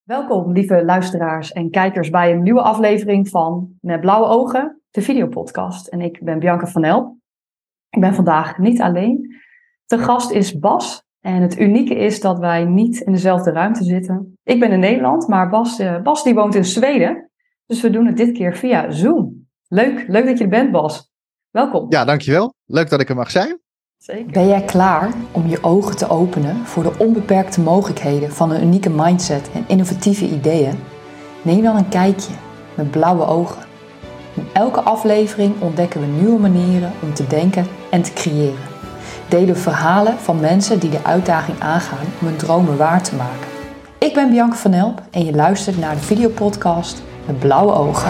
Welkom, lieve luisteraars en kijkers, bij een nieuwe aflevering van Met Blauwe Ogen, de videopodcast. En ik ben Bianca van Elp. Ik ben vandaag niet alleen. Te gast is Bas. En het unieke is dat wij niet in dezelfde ruimte zitten. Ik ben in Nederland, maar Bas die woont in Zweden. Dus we doen het dit keer via Zoom. Leuk dat je er bent, Bas. Welkom. Ja, dankjewel. Leuk dat ik er mag zijn. Zeker. Ben jij klaar om je ogen te openen voor de onbeperkte mogelijkheden van een unieke mindset en innovatieve ideeën? Neem dan een kijkje met blauwe ogen. In elke aflevering ontdekken we nieuwe manieren om te denken en te creëren. Delen we verhalen van mensen die de uitdaging aangaan om hun dromen waar te maken. Ik ben Bianca van Elp en je luistert naar de videopodcast Met Blauwe Ogen.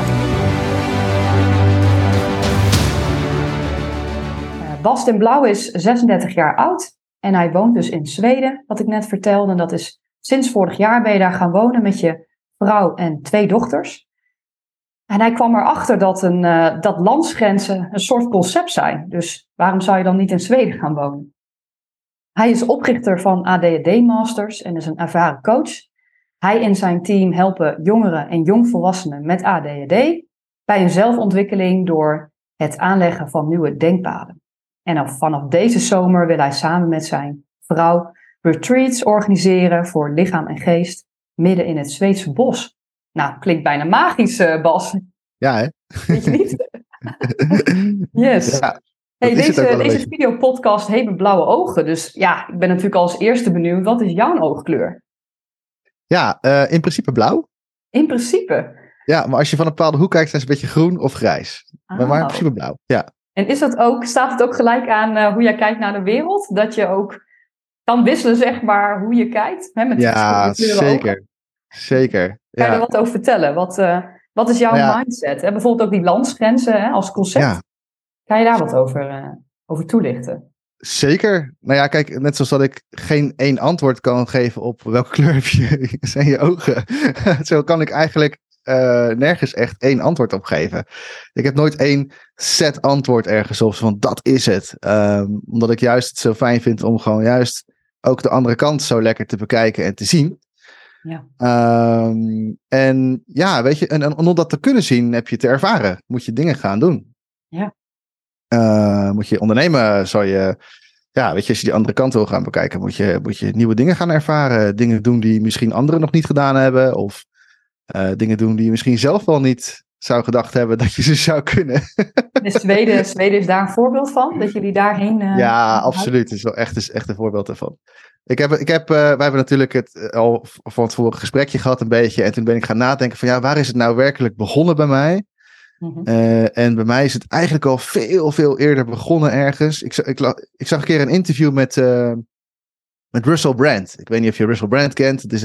Bas den Blauw is 36 jaar oud en hij woont dus in Zweden, wat ik net vertelde. En dat is sinds vorig jaar ben je daar gaan wonen met je vrouw en 2 dochters. En hij kwam erachter dat landsgrenzen een soort concept zijn. Dus waarom zou je dan niet in Zweden gaan wonen? Hij is oprichter van ADHD Masters en is een ervaren coach. Hij en zijn team helpen jongeren en jongvolwassenen met ADHD bij hun zelfontwikkeling door het aanleggen van nieuwe denkpaden. En vanaf deze zomer wil hij samen met zijn vrouw retreats organiseren voor lichaam en geest midden in het Zweedse bos. Nou, klinkt bijna magisch, Bas. Ja, hè? Weet je niet? Yes. Ja, hey, deze beetje. videopodcast heet Met Blauwe Ogen. Dus ja, ik ben natuurlijk als eerste benieuwd, wat is jouw oogkleur? Ja, in principe blauw. In principe. Ja, maar als je van een bepaalde hoek kijkt, dan is het een beetje groen of grijs. Maar in principe blauw, ja. En staat het ook gelijk aan hoe jij kijkt naar de wereld? Dat je ook kan wisselen, zeg maar, hoe je kijkt? Hè, met Ja, zeker. Ogen. Zeker. Kan je er wat over vertellen? Wat is jouw mindset? Hè? Bijvoorbeeld ook die landsgrenzen als concept. Ja. Kan je daar wat over toelichten? Zeker. Nou ja, kijk, net zoals dat ik geen één antwoord kan geven op welke kleur zijn je ogen. Zo kan ik eigenlijk nergens echt één antwoord op geven. Ik heb nooit één set antwoord ergens op, van dat is het. Omdat ik juist het zo fijn vind om gewoon juist ook de andere kant zo lekker te bekijken en te zien. Ja. En ja, weet je, en om dat te kunnen zien, heb je te ervaren. Moet je dingen gaan doen. Ja. Moet je ondernemen, zou je, ja, weet je, als je die andere kant wil gaan bekijken, moet je nieuwe dingen gaan ervaren. Dingen doen die misschien anderen nog niet gedaan hebben. Of dingen doen die je misschien zelf wel niet zou gedacht hebben dat je ze zou kunnen. Dus Zweden is daar een voorbeeld van? Dat jullie daarheen... ja, absoluut. Het is echt een voorbeeld daarvan. Wij hebben natuurlijk het al van het vorige gesprekje gehad een beetje. En toen ben ik gaan nadenken van ja, waar is het nou werkelijk begonnen bij mij? Mm-hmm. En bij mij is het eigenlijk al veel eerder begonnen ergens. Ik zag een keer een interview met Russell Brand. Ik weet niet of je Russell Brand kent. Het is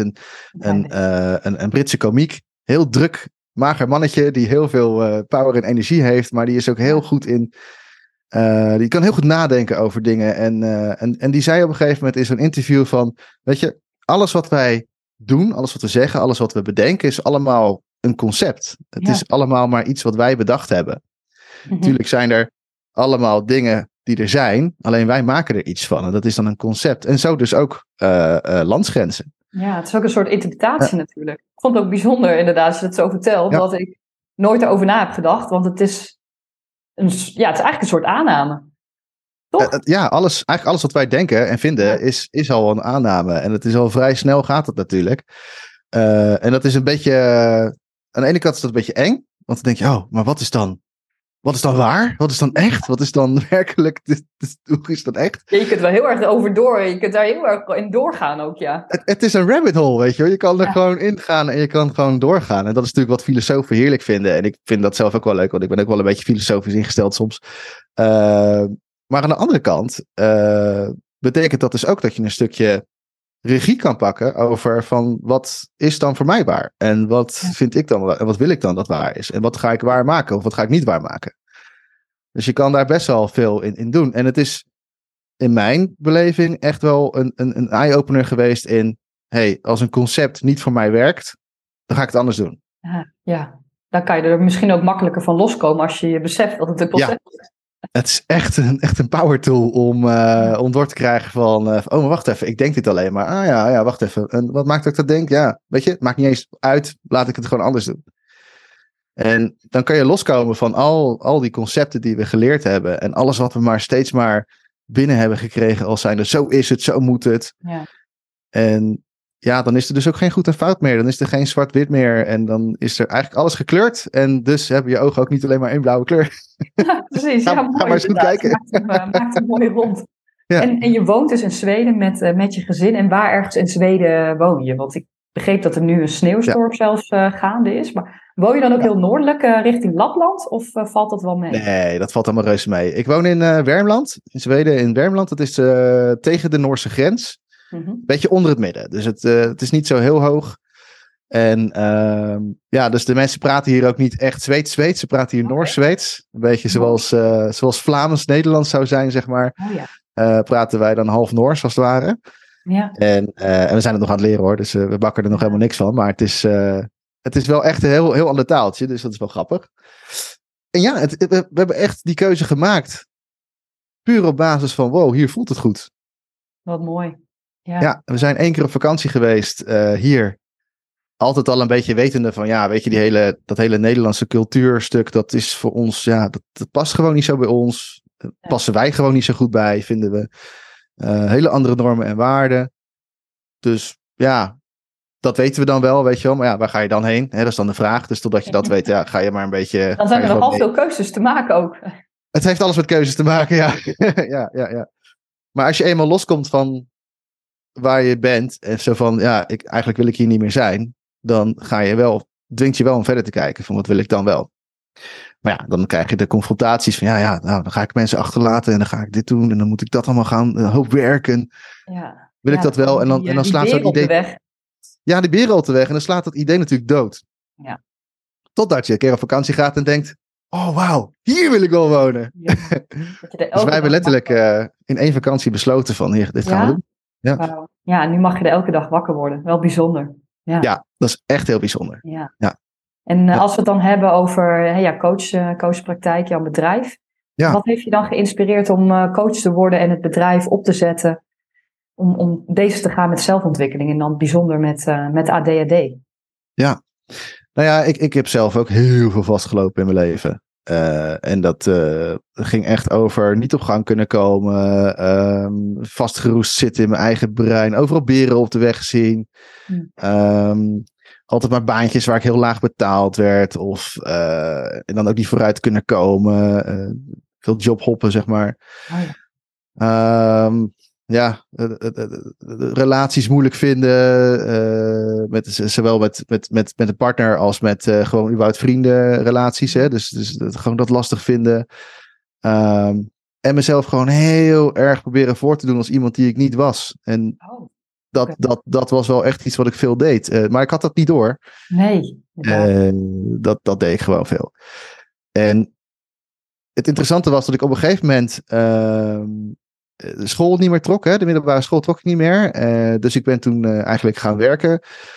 een Britse komiek. Heel druk, mager mannetje die heel veel power en energie heeft. Maar die is ook heel goed in... die kan heel goed nadenken over dingen. En die zei op een gegeven moment in zo'n interview van... Weet je, alles wat wij doen, alles wat we zeggen, alles wat we bedenken... is allemaal een concept. Het is allemaal maar iets wat wij bedacht hebben. Mm-hmm. Natuurlijk zijn er allemaal dingen die er zijn. Alleen wij maken er iets van. En dat is dan een concept. En zo dus ook landsgrenzen. Ja, het is ook een soort interpretatie natuurlijk. Ik vond het ook bijzonder inderdaad als je het zo vertelt. Dat ik nooit erover na heb gedacht. Want het is... het is eigenlijk een soort aanname. Toch? Eigenlijk alles wat wij denken en vinden is al een aanname. En het is al vrij snel gaat het natuurlijk. En dat is een beetje... aan de ene kant is dat een beetje eng. Want dan denk je, maar wat is dan waar? Wat is dan echt? Wat is dan werkelijk? Hoe is dat echt? Ja, je kunt wel heel erg over door. Je kunt daar heel erg in doorgaan ook, ja. Het is een rabbit hole, weet je wel. Je kan er gewoon ingaan en je kan gewoon doorgaan. En dat is natuurlijk wat filosofen heerlijk vinden. En ik vind dat zelf ook wel leuk, want ik ben ook wel een beetje filosofisch ingesteld soms. Maar aan de andere kant betekent dat dus ook dat je een stukje regie kan pakken over van wat is dan voor mij waar? En wat vind ik dan en wat wil ik dan dat waar is? En wat ga ik waar maken of wat ga ik niet waar maken? Dus je kan daar best wel veel in doen. En het is in mijn beleving echt wel een eye-opener geweest in... als een concept niet voor mij werkt, dan ga ik het anders doen. Ja, dan kan je er misschien ook makkelijker van loskomen als je beseft dat het een concept is. Het is echt een power tool om door te krijgen van... maar wacht even, ik denk dit alleen maar. Ja, wacht even. En wat maakt dat ik dat denk? Ja, weet je, het maakt niet eens uit. Laat ik het gewoon anders doen. En dan kan je loskomen van al die concepten die we geleerd hebben. En alles wat we maar steeds maar binnen hebben gekregen. Als zijnde, zo is het, zo moet het. Ja. En ja, dan is er dus ook geen goed en fout meer. Dan is er geen zwart-wit meer. En dan is er eigenlijk alles gekleurd. En dus hebben je ogen ook niet alleen maar één blauwe kleur. Ja, precies. Ga maar eens goed kijken. Maakt hem mooi rond. Ja. En je woont dus in Zweden met je gezin. En waar ergens in Zweden woon je? Want ik begreep dat er nu een sneeuwstorm zelfs gaande is. Maar woon je dan ook heel noordelijk richting Lapland? Of valt dat wel mee? Nee, dat valt allemaal reuze mee. Ik woon in Wermland. In Zweden, in Wermland. Dat is tegen de Noorse grens. Een beetje onder het midden. Dus het is niet zo heel hoog. En dus de mensen praten hier ook niet echt Zweeds. Ze praten hier Noors-Zweeds. Een beetje zoals Vlaams-Nederlands zou zijn, zeg maar. Oh, ja. Praten wij dan half Noors, als het ware. Ja. En we zijn het nog aan het leren, hoor. Dus we bakken er nog helemaal niks van. Maar het is wel echt een heel ander taaltje. Dus dat is wel grappig. En ja, we hebben echt die keuze gemaakt. Puur op basis van, wow, hier voelt het goed. Wat mooi. Ja, we zijn 1 keer op vakantie geweest hier. Altijd al een beetje wetende van, ja, weet je, dat hele Nederlandse cultuurstuk, dat is voor ons, ja, dat past gewoon niet zo bij ons. Passen wij gewoon niet zo goed bij, vinden we. Hele andere normen en waarden. Dus ja, dat weten we dan wel, weet je wel. Maar ja, waar ga je dan heen? Dat is dan de vraag. Dus totdat je dat weet, ja, ga je maar een beetje... Dan zijn er nogal veel keuzes te maken ook. Het heeft alles met keuzes te maken, ja. ja. Maar als je eenmaal loskomt van waar je bent en zo van, ja, eigenlijk wil ik hier niet meer zijn, dan dwingt je wel om verder te kijken van wat wil ik dan wel. Maar ja, dan krijg je de confrontaties van, nou, dan ga ik mensen achterlaten en dan ga ik dit doen en dan moet ik dat allemaal gaan, een hoop werken. Ja. Wil ik dat wel? En dan slaat zo'n idee... weg. Ja, die beren op de weg en dan slaat dat idee natuurlijk dood. Ja. Totdat je een keer op vakantie gaat en denkt, oh wauw, hier wil ik wel wonen. Ja. Dus wij hebben letterlijk in 1 vakantie besloten van, hier, dit gaan we doen. Ja. Wow. Ja, en nu mag je er elke dag wakker worden. Wel bijzonder. Ja, dat is echt heel bijzonder. Ja. En als we het dan hebben over coachpraktijk, jouw bedrijf. Ja. Wat heeft je dan geïnspireerd om coach te worden en het bedrijf op te zetten? Om bezig te gaan met zelfontwikkeling en dan bijzonder met ADHD? Ja, nou ja, ik heb zelf ook heel veel vastgelopen in mijn leven. En dat ging echt over niet op gang kunnen komen. Vastgeroest zitten in mijn eigen brein. Overal beren op de weg gezien. Altijd maar baantjes waar ik heel laag betaald werd. En dan ook niet vooruit kunnen komen. Veel jobhoppen, zeg maar. Oh ja. Relaties moeilijk vinden. Zowel met een partner als met gewoon überhaupt vriendenrelaties. Hè? Dus gewoon dat lastig vinden. En mezelf gewoon heel erg proberen voor te doen als iemand die ik niet was. En dat was wel echt iets wat ik veel deed. Maar ik had dat niet door. Nee. Dat deed ik gewoon veel. En het interessante was dat ik op een gegeven moment de school niet meer trok. Hè? De middelbare school trok ik niet meer. Dus ik ben toen eigenlijk gaan werken.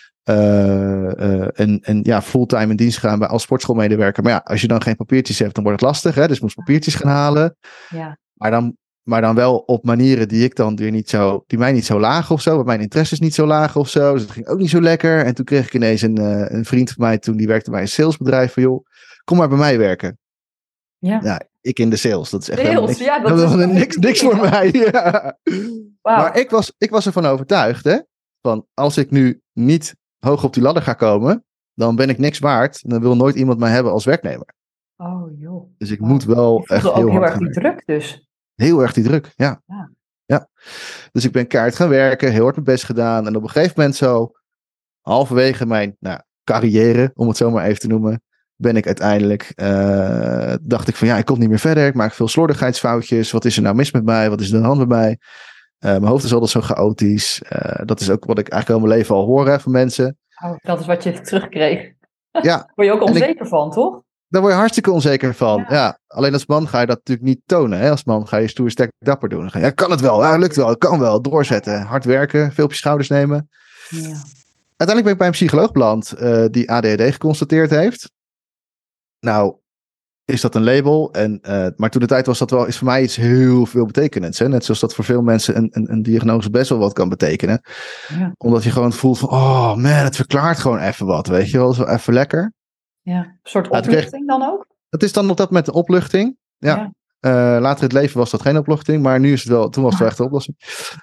En fulltime in dienst gaan als sportschoolmedewerker. Maar ja, als je dan geen papiertjes hebt, dan wordt het lastig. Hè? Dus ik moest papiertjes gaan halen. Ja. Maar dan wel op manieren die ik dan weer die mij niet zo lagen of zo. Waar mijn interesses niet zo lagen of zo. Dus dat ging ook niet zo lekker. En toen kreeg ik ineens een vriend van mij die werkte bij een salesbedrijf. Van joh, kom maar bij mij werken. Ja, ik in de sales. Dat is echt niks voor mij. Ja. Wow. Maar ik was ervan overtuigd, hè. Van als ik nu niet hoog op die ladder ga komen, dan ben ik niks waard. Dan wil nooit iemand mij hebben als werknemer. Oh joh. Dus ik moet wel echt heel erg die druk dus. Heel erg die druk, ja. Dus ik ben keihard gaan werken, heel hard mijn best gedaan. En op een gegeven moment zo, halverwege mijn carrière, om het zo maar even te noemen, ben ik uiteindelijk, dacht ik van ik kom niet meer verder. Ik maak veel slordigheidsfoutjes. Wat is er nou mis met mij? Wat is er aan de hand bij mij? Mijn hoofd is altijd zo chaotisch. Dat is ook wat ik eigenlijk al mijn leven al hoor van mensen. Oh, dat is wat je terugkreeg. Ja. Word je ook onzeker van, toch? Daar word je hartstikke onzeker van. Ja. Alleen als man ga je dat natuurlijk niet tonen. Hè? Als man ga je stoer, sterk, dapper doen. Dan kan het wel, lukt wel, het kan wel. Doorzetten, hard werken, veel op je schouders nemen. Ja. Uiteindelijk ben ik bij een psycholoog beland die ADHD geconstateerd heeft. Nou, is dat een label. Maar toen de tijd was dat wel is voor mij iets heel veel betekenends. Hè? Net zoals dat voor veel mensen een diagnose best wel wat kan betekenen. Ja. Omdat je gewoon voelt van, oh man, het verklaart gewoon even wat. Weet je wel, zo even lekker. Ja, een soort opluchting dan ook? Het is dan op dat moment de opluchting. Ja. Later in het leven was dat geen opluchting, maar nu is het wel, toen was het wel echt de oplossing.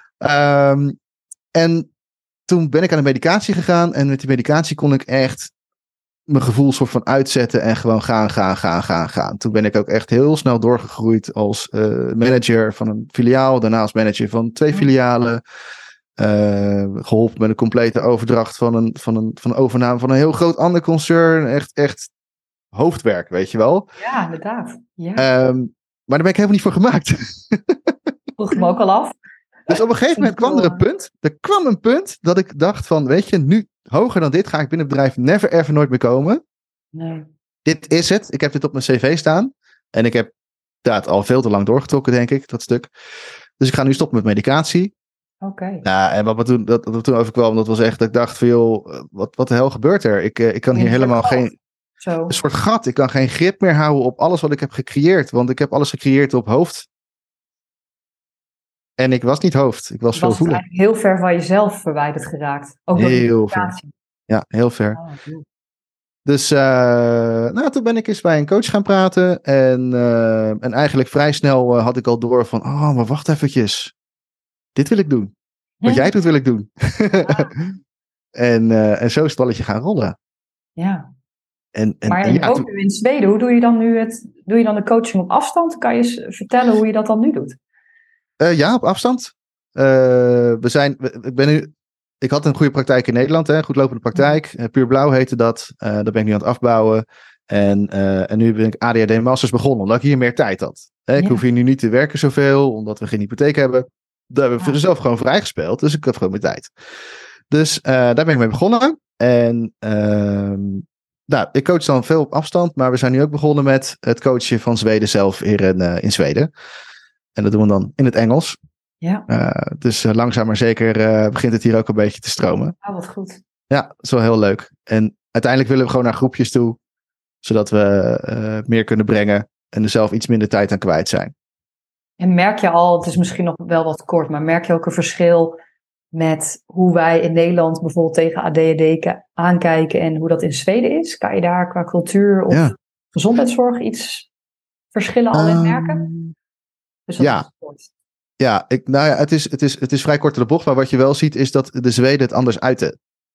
En toen ben ik aan de medicatie gegaan en met die medicatie kon ik echt mijn gevoel soort van uitzetten en gewoon gaan. Toen ben ik ook echt heel snel doorgegroeid als manager van een filiaal, daarna als manager van 2 filialen. Geholpen met een complete overdracht van een overname van een heel groot ander concern. Echt hoofdwerk, weet je wel. Ja, inderdaad. Ja. Maar daar ben ik helemaal niet voor gemaakt. Vroeg me ook al af. Dus op een gegeven moment kwam er een punt. Er kwam een punt dat ik dacht van, weet je, nu hoger dan dit ga ik binnen het bedrijf never ever nooit meer komen. Nee. Dit is het. Ik heb dit op mijn cv staan. En ik heb dat al veel te lang doorgetrokken, denk ik, dat stuk. Dus ik ga nu stoppen met medicatie. Oké. Nou, en wat me toen overkwam, dat was echt dat ik dacht van, joh, wat de hel gebeurt er? Ik kan hier helemaal geen... Zo. Een soort gat. Ik kan geen grip meer houden op alles wat ik heb gecreëerd. Want ik heb alles gecreëerd op hoofd. En ik was niet hoofd. Ik was veel voelen. Eigenlijk heel ver van jezelf verwijderd geraakt. Ook heel ver. Ja, heel ver. Dus toen ben ik eens bij een coach gaan praten. En eigenlijk vrij snel had ik al door van... Oh, maar wacht eventjes. Dit wil ik doen. Wat jij doet, wil ik doen. En zo is het balletje gaan rollen. Ja. Maar ook nu in Zweden, hoe doe je dan nu doe je dan de coaching op afstand? Kan je eens vertellen hoe je dat dan nu doet? Ja, op afstand. Ik had een goede praktijk in Nederland, hè, goed lopende praktijk. Puur Blauw heette dat. Daar ben ik nu aan het afbouwen. En nu ben ik ADHD Masters begonnen, omdat ik hier meer tijd had. Ik hoef hier nu niet te werken zoveel, omdat we geen hypotheek hebben. Daar hebben we zelf gewoon vrijgespeeld, dus ik heb gewoon meer tijd. Dus daar ben ik mee begonnen. En ik coach dan veel op afstand, maar we zijn nu ook begonnen met het coachen van Zweden zelf hier in Zweden. En dat doen we dan in het Engels. Ja. Dus langzaam maar zeker begint het hier ook een beetje te stromen. Ah, wat goed. Ja, dat is wel heel leuk. En uiteindelijk willen we gewoon naar groepjes toe, zodat we meer kunnen brengen en er zelf iets minder tijd aan kwijt zijn. En merk je al, het is misschien nog wel wat kort, maar merk je ook een verschil met hoe wij in Nederland bijvoorbeeld tegen ADHD aankijken en hoe dat in Zweden is? Kan je daar qua cultuur of gezondheidszorg iets verschillen al in merken? Dus dat is kort. Ja, het is vrij kort door de bocht, maar wat je wel ziet is dat de Zweden het anders uiten.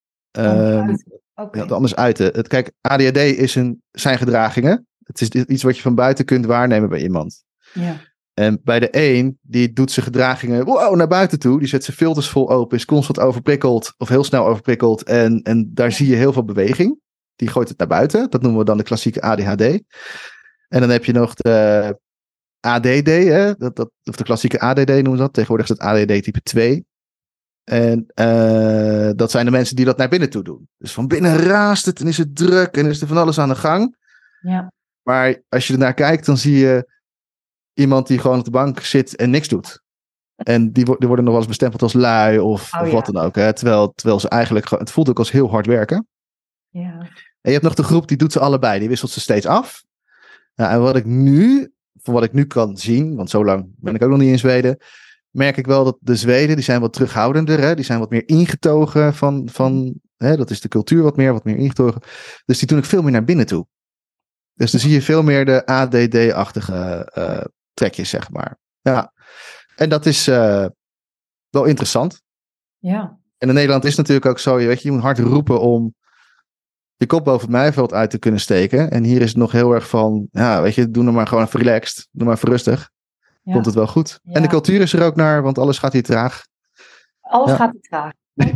Anders uiten. Kijk, ADHD zijn gedragingen. Het is iets wat je van buiten kunt waarnemen bij iemand. Ja. En bij de een, die doet zijn gedragingen naar buiten toe. Die zet zijn filters vol open, is constant overprikkeld of heel snel overprikkeld. En daar zie je heel veel beweging. Die gooit het naar buiten. Dat noemen we dan de klassieke ADHD. En dan heb je nog de ADD, hè? Of de klassieke ADD noemen ze dat. Tegenwoordig is dat ADD type 2. En dat zijn de mensen die dat naar binnen toe doen. Dus van binnen raast het en is het druk en is er van alles aan de gang. Ja. Maar als je ernaar kijkt, dan zie je iemand die gewoon op de bank zit en niks doet. En die worden nog wel eens bestempeld als lui of wat dan ook. Hè? Terwijl ze eigenlijk, het voelt ook als heel hard werken. Ja. En je hebt nog de groep die doet ze allebei. Die wisselt ze steeds af. Nou, en wat ik nu kan zien, want zo lang ben ik ook nog niet in Zweden, merk ik wel dat de Zweden, die zijn wat terughoudender. Hè? Die zijn wat meer ingetogen van dat is de cultuur wat meer ingetogen. Dus die doen ik veel meer naar binnen toe. Dus dan zie je veel meer de ADD-achtige trekjes, zeg maar. Ja. En dat is wel interessant. Ja. En in Nederland is het natuurlijk ook zo, je moet hard roepen om je kop boven het maaiveld uit te kunnen steken. En hier is het nog heel erg van, doe nou maar gewoon even relaxed. Doe maar even rustig. Ja. Komt het wel goed. Ja. En de cultuur is er ook naar, want alles gaat hier traag. Alles gaat hier traag.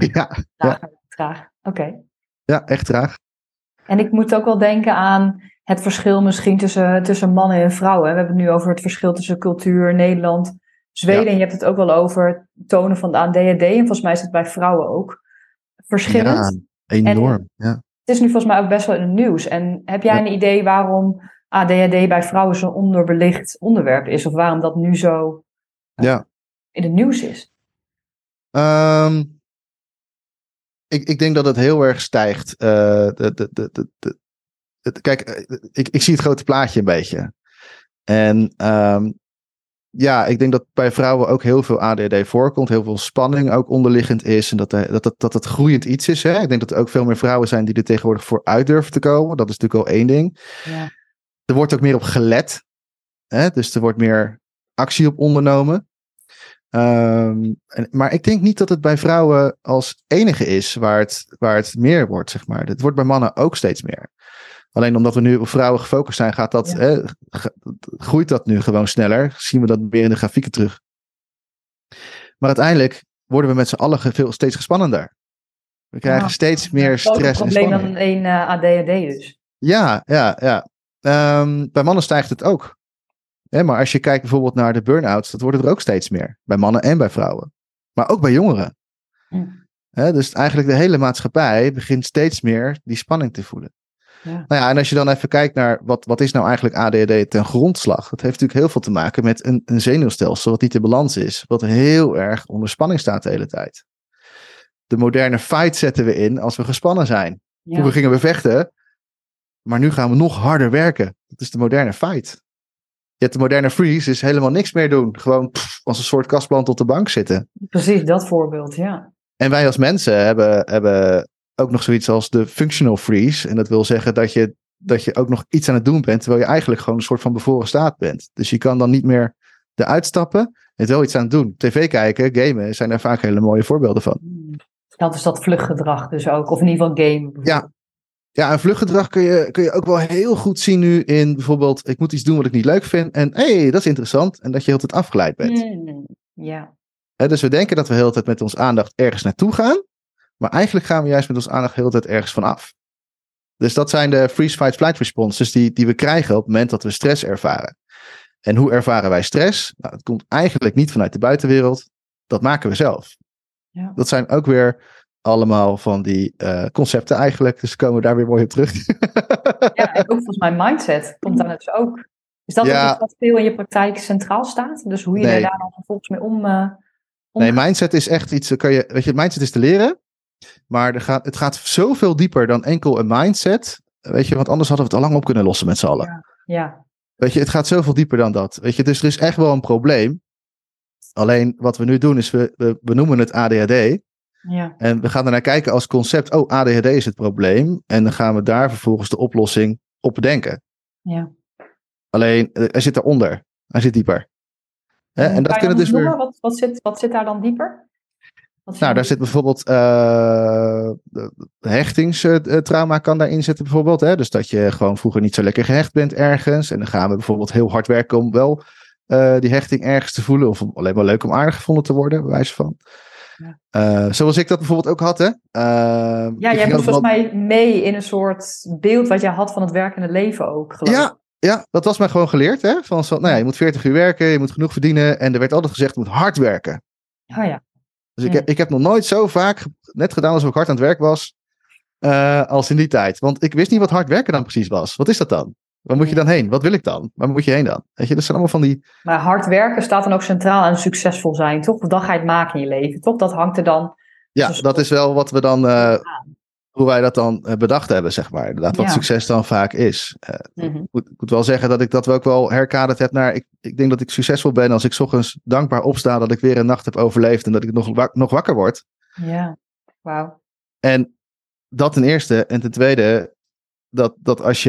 Traag. Oké. Ja, echt traag. En ik moet ook wel denken aan het verschil misschien tussen mannen en vrouwen. We hebben het nu over het verschil tussen cultuur, Nederland, Zweden. En je hebt het ook wel over het tonen van de ADHD. En volgens mij is het bij vrouwen ook verschillend. Ja, enorm. Het is nu volgens mij ook best wel in het nieuws. En heb jij een idee waarom ADHD bij vrouwen zo'n onderbelicht onderwerp is? Of waarom dat nu zo in het nieuws is? Ik denk dat het heel erg stijgt. Kijk, ik zie het grote plaatje een beetje. En ik denk dat bij vrouwen ook heel veel ADHD voorkomt. Heel veel spanning ook onderliggend is. En dat het groeiend iets is. Hè? Ik denk dat er ook veel meer vrouwen zijn die er tegenwoordig voor uit durven te komen. Dat is natuurlijk al één ding. Ja. Er wordt ook meer op gelet. Hè? Dus er wordt meer actie op ondernomen. Maar ik denk niet dat het bij vrouwen als enige is waar het meer wordt, zeg maar. Het wordt bij mannen ook steeds meer. Alleen omdat we nu op vrouwen gefocust zijn, groeit dat nu gewoon sneller. Zien we dat weer in de grafieken terug. Maar uiteindelijk worden we met z'n allen steeds gespannender. We krijgen steeds meer stress en spanning. Een probleem dan een ADHD dus. Ja. Bij mannen stijgt het ook. Maar als je kijkt bijvoorbeeld naar de burn-outs, dat worden er ook steeds meer. Bij mannen en bij vrouwen. Maar ook bij jongeren. Dus eigenlijk de hele maatschappij begint steeds meer die spanning te voelen. Ja. Nou ja, en als je dan even kijkt naar wat is nou eigenlijk ADHD ten grondslag? Dat heeft natuurlijk heel veel te maken met een zenuwstelsel wat niet in balans is. Wat heel erg onder spanning staat de hele tijd. De moderne fight zetten we in als we gespannen zijn. Ja. Vroeger gingen we vechten, maar nu gaan we nog harder werken. Dat is de moderne fight. Je hebt de moderne freeze, is helemaal niks meer doen. Gewoon als een soort kastplant op de bank zitten. Precies, dat voorbeeld, ja. En wij als mensen hebben ook nog zoiets als de functional freeze. En dat wil zeggen dat je ook nog iets aan het doen bent, terwijl je eigenlijk gewoon een soort van bevroren staat bent. Dus je kan dan niet meer eruit stappen en het wel iets aan het doen. TV kijken, gamen, zijn daar vaak hele mooie voorbeelden van. Dat is dat vluchtgedrag dus ook, of in ieder geval game. Ja, en vluchtgedrag kun je ook wel heel goed zien nu in bijvoorbeeld, ik moet iets doen wat ik niet leuk vind. En dat is interessant. En dat je heel tijd afgeleid bent. Ja. Dus we denken dat we heel de tijd met ons aandacht ergens naartoe gaan. Maar eigenlijk gaan we juist met ons aandacht heel de tijd ergens van af. Dus dat zijn de freeze, fight, flight responses die we krijgen op het moment dat we stress ervaren. En hoe ervaren wij stress? Nou, het komt eigenlijk niet vanuit de buitenwereld. Dat maken we zelf. Ja. Dat zijn ook weer allemaal van die concepten eigenlijk. Dus komen we daar weer mooi op terug. Ja, en ook volgens mij mindset komt daar dus ook. Is dat iets wat veel in je praktijk centraal staat? Dus hoe je daar dan vervolgens mee om... Nee, mindset is echt iets... mindset is te leren. Maar het gaat zoveel dieper dan enkel een mindset. Weet je, want anders hadden we het al lang op kunnen lossen met z'n allen. Ja. Weet je, het gaat zoveel dieper dan dat. Weet je, dus er is echt wel een probleem. Alleen wat we nu doen is, we noemen het ADHD. Ja. En we gaan ernaar kijken als concept, ADHD is het probleem. En dan gaan we daar vervolgens de oplossing op bedenken. Ja. Alleen, hij zit daaronder. Hij zit dieper. En dat kunnen dus weer... Wat zit daar dan dieper? Daar zit bijvoorbeeld hechtingstrauma kan daarin zitten bijvoorbeeld. Hè? Dus dat je gewoon vroeger niet zo lekker gehecht bent ergens. En dan gaan we bijvoorbeeld heel hard werken om wel die hechting ergens te voelen. Of alleen maar leuk om aardig gevonden te worden, bij wijze van. Ja. Zoals ik dat bijvoorbeeld ook had. Hè? Jij moest volgens mij mee in een soort beeld wat jij had van het werkende leven ook. Ja, dat was mij gewoon geleerd. Hè? Je moet 40 uur werken, je moet genoeg verdienen. En er werd altijd gezegd, je moet hard werken. Oh ja. Dus ik heb nog nooit zo vaak net gedaan alsof ik hard aan het werk was als in die tijd. Want ik wist niet wat hard werken dan precies was. Wat is dat dan? Waar moet je dan heen? Wat wil ik dan? Waar moet je heen dan? Weet je, dat zijn allemaal van die... Maar hard werken staat dan ook centraal aan succesvol zijn, toch? Of dan ga je het maken in je leven, toch? Dat hangt er dan... Ja, dat is wel wat we dan... hoe wij dat dan bedacht hebben, zeg maar. Inderdaad, wat succes dan vaak is. Ik moet wel zeggen dat ik dat ook wel herkaderd heb naar... Ik denk dat ik succesvol ben als ik 's ochtends dankbaar opsta dat ik weer een nacht heb overleefd en dat ik nog wakker word. Ja, wauw. En dat ten eerste. En ten tweede, dat als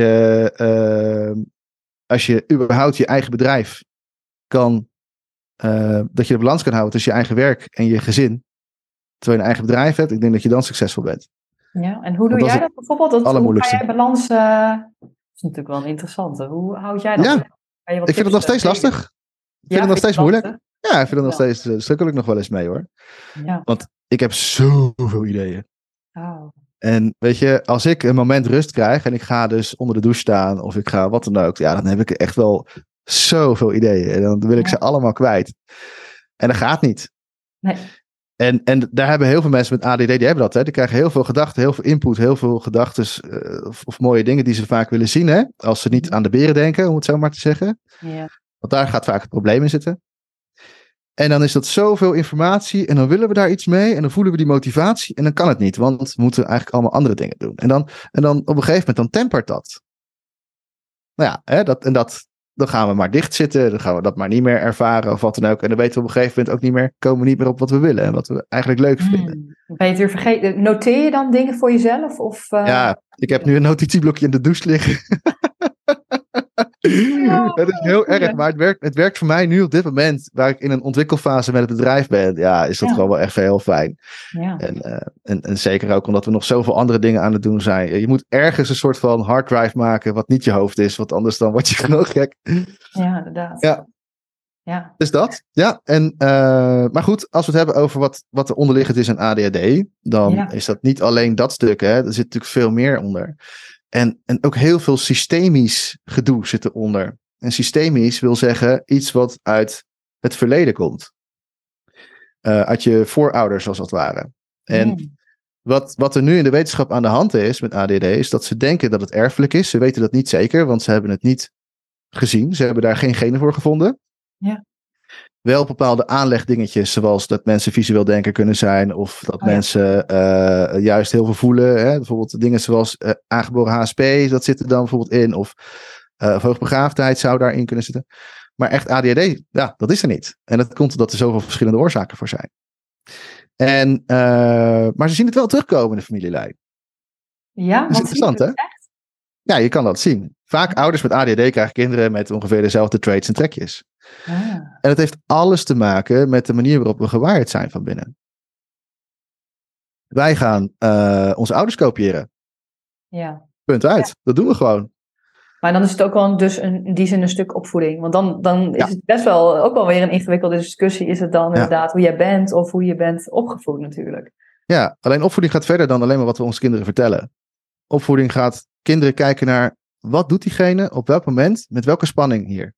je überhaupt je eigen bedrijf kan... dat je de balans kan houden tussen je eigen werk en je gezin. Terwijl je een eigen bedrijf hebt, ik denk dat je dan succesvol bent. Ja, en hoe doe jij dat bijvoorbeeld? Hoe ga jij balans... Dat is natuurlijk wel een interessante. Hoe houd jij dat? Ja, ik vind het nog steeds lastig. Ik vind het nog steeds moeilijk. Ja, ik vind het nog steeds... Stukkel ik nog wel eens mee, hoor. Ja. Want ik heb zoveel ideeën. Oh. En weet je, als ik een moment rust krijg en ik ga dus onder de douche staan of ik ga wat dan ook, dan heb ik echt wel zoveel ideeën. En dan wil ik ze allemaal kwijt. En dat gaat niet. Nee. En daar hebben heel veel mensen met ADD, die hebben dat. Hè? Die krijgen heel veel gedachten, heel veel input, heel veel gedachten of mooie dingen die ze vaak willen zien. Hè? Als ze niet aan de beren denken, om het zo maar te zeggen. Ja. Want daar gaat vaak het probleem in zitten. En dan is dat zoveel informatie en dan willen we daar iets mee en dan voelen we die motivatie en dan kan het niet. Want we moeten eigenlijk allemaal andere dingen doen. En dan op een gegeven moment dan tempert dat. Nou ja, dan gaan we maar dicht zitten. Dan gaan we dat maar niet meer ervaren of wat dan ook. En dan weten we op een gegeven moment ook niet meer, komen we niet meer op wat we willen en wat we eigenlijk leuk vinden. Ben je het weer vergeten? Noteer je dan dingen voor jezelf? Of, Ja, ik heb nu een notitieblokje in de douche liggen. Het is heel erg, maar het werkt voor mij nu op dit moment, waar ik in een ontwikkelfase met het bedrijf ben. Ja, is dat gewoon wel echt heel fijn. Ja. En zeker ook omdat we nog zoveel andere dingen aan het doen zijn. Je moet ergens een soort van harddrive maken wat niet je hoofd is, want anders dan word je gewoon gek. Ja, inderdaad. Ja. Dus dat. Ja, maar goed, als we het hebben over wat er onderliggend is aan ADHD, dan is dat niet alleen dat stuk. Hè. Er zit natuurlijk veel meer onder. En ook heel veel systemisch gedoe zit eronder. En systemisch wil zeggen iets wat uit het verleden komt. Uit je voorouders, als het ware. En wat er nu in de wetenschap aan de hand is met ADHD, is dat ze denken dat het erfelijk is. Ze weten dat niet zeker, want ze hebben het niet gezien. Ze hebben daar geen genen voor gevonden. Ja. Wel bepaalde aanlegdingetjes, zoals dat mensen visueel denker kunnen zijn, of dat mensen juist heel veel voelen. Hè? Bijvoorbeeld dingen zoals aangeboren HSP, dat zit er dan bijvoorbeeld in. Of hoogbegaafdheid zou daarin kunnen zitten. Maar echt ADHD, ja, dat is er niet. En dat komt omdat er zoveel verschillende oorzaken voor zijn. Maar ze zien het wel terugkomen in de familielijn. Ja, dat is interessant, hè? Echt? Ja, je kan dat zien. Vaak ouders met ADHD krijgen kinderen met ongeveer dezelfde traits en trekjes. En het heeft alles te maken met de manier waarop we gewired zijn van binnen. Wij gaan onze ouders kopiëren. Ja. Punt uit. Ja. Dat doen we gewoon. Maar dan is het ook wel dus in die zin een stuk opvoeding. Want dan is het best wel ook wel weer een ingewikkelde discussie. Is het dan inderdaad hoe jij bent of hoe je bent opgevoed natuurlijk. Ja, alleen opvoeding gaat verder dan alleen maar wat we onze kinderen vertellen. Opvoeding gaat kinderen kijken naar wat doet diegene op welk moment met welke spanning hier.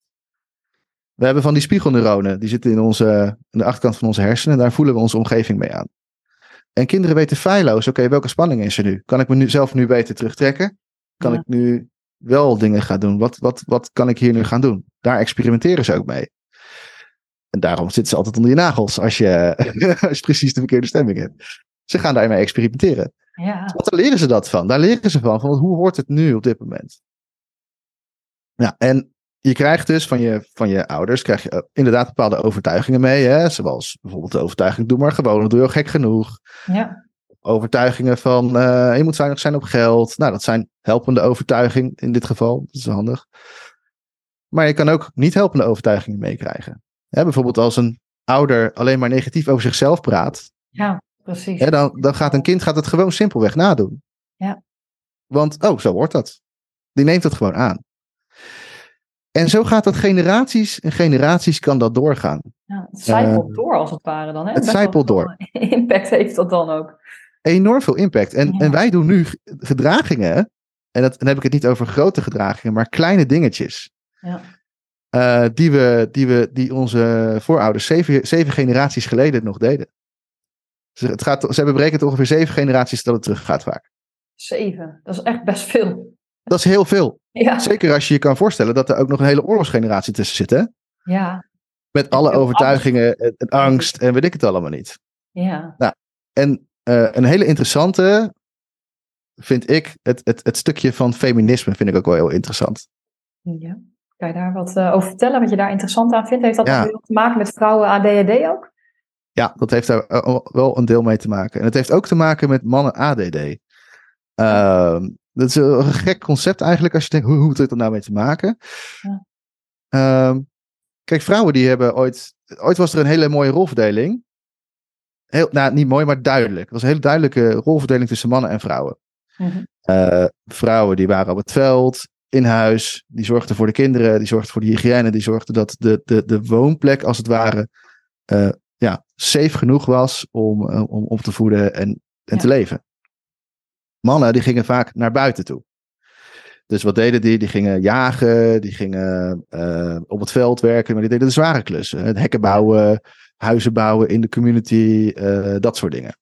We hebben van die spiegelneuronen, die zitten in de achterkant van onze hersenen. En daar voelen we onze omgeving mee aan. En kinderen weten feilloos, oké, welke spanning is er nu? Kan ik me zelf nu beter terugtrekken? Kan ik nu wel dingen gaan doen? Wat kan ik hier nu gaan doen? Daar experimenteren ze ook mee. En daarom zitten ze altijd onder je nagels als je precies de verkeerde stemming hebt. Ze gaan daarmee experimenteren. Ja. Want daar leren ze dat van. Daar leren ze van hoe hoort het nu op dit moment? Ja, en je krijgt dus van je ouders krijg je inderdaad bepaalde overtuigingen mee. Hè? Zoals bijvoorbeeld de overtuiging, doe maar gewoon, doe je gek genoeg. Ja. Overtuigingen van, je moet zuinig zijn op geld. Nou, dat zijn helpende overtuigingen in dit geval. Dat is handig. Maar je kan ook niet helpende overtuigingen meekrijgen. Hè? Bijvoorbeeld als een ouder alleen maar negatief over zichzelf praat. Ja, precies. Hè, dan gaat een kind het gewoon simpelweg nadoen. Ja. Want, zo wordt dat. Die neemt het gewoon aan. En zo gaat dat generaties en generaties kan dat doorgaan. Ja, het zijpelt door als het ware dan. Hè? Het zijpelt door. Impact heeft dat dan ook. Enorm veel impact. En wij doen nu gedragingen. En dan heb ik het niet over grote gedragingen, maar kleine dingetjes. Ja. Die onze voorouders 7 generaties geleden nog deden. Ze hebben berekend ongeveer 7 generaties dat het terug gaat vaak. 7, dat is echt best veel. Dat is heel veel. Ja. Zeker als je je kan voorstellen dat er ook nog een hele oorlogsgeneratie tussen zit. Hè? Ja. Met alle overtuigingen en angst en weet ik het allemaal niet. Ja. Nou, en een hele interessante vind ik het stukje van feminisme vind ik ook wel heel interessant. Ja. Kan je daar wat over vertellen, wat je daar interessant aan vindt? Heeft dat ook te maken met vrouwen ADHD ook? Ja, dat heeft daar wel een deel mee te maken. En het heeft ook te maken met mannen ADD. Dat is een gek concept eigenlijk als je denkt, hoe heeft het er nou mee te maken? Ja. Kijk, vrouwen die hebben ooit was er een hele mooie rolverdeling. Niet mooi, maar duidelijk. Er was een hele duidelijke rolverdeling tussen mannen en vrouwen. Mm-hmm. Vrouwen die waren op het veld, in huis, die zorgden voor de kinderen, die zorgden voor de hygiëne, die zorgden dat de woonplek als het ware safe genoeg was om op te voeden en te leven. Mannen die gingen vaak naar buiten toe. Dus wat deden die? Die gingen jagen, die gingen op het veld werken, maar die deden de zware klussen. Het hekken bouwen, huizen bouwen in de community, dat soort dingen.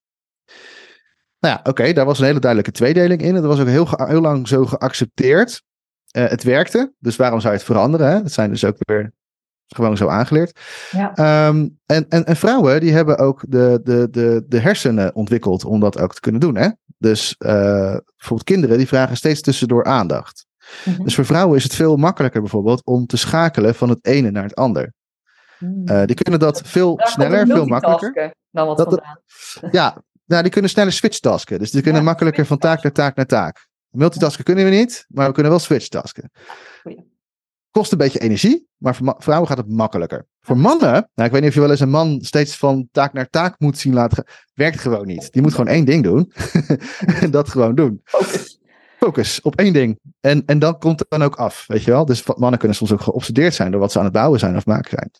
Nou ja, oké, daar was een hele duidelijke tweedeling in. Dat was ook heel lang zo geaccepteerd. Het werkte, dus waarom zou je het veranderen? Hè? Dat zijn dus ook weer gewoon zo aangeleerd. Ja. En vrouwen die hebben ook de hersenen ontwikkeld om dat ook te kunnen doen. Hè? Dus bijvoorbeeld kinderen die vragen steeds tussendoor aandacht. Mhm. Dus voor vrouwen is het veel makkelijker bijvoorbeeld om te schakelen van het ene naar het ander. Die kunnen dat veel Daar sneller, komt het veel makkelijker. multitasken dan wat Dat- vandaan. Ja, die kunnen sneller switchtasken. Dus die kunnen Ja, makkelijker van taak naar taak naar taak. Multitasken kunnen we niet, maar we kunnen wel switchtasken. Goeie. Kost een beetje energie, maar voor vrouwen gaat het makkelijker. Voor mannen, nou, ik weet niet of je wel eens een man steeds van taak naar taak moet zien laten gaan. Werkt gewoon niet. Die moet gewoon één ding doen. En dat gewoon doen. Focus op één ding. En dan komt het dan ook af, weet je wel. Dus mannen kunnen soms ook geobsedeerd zijn door wat ze aan het bouwen zijn of maken zijn.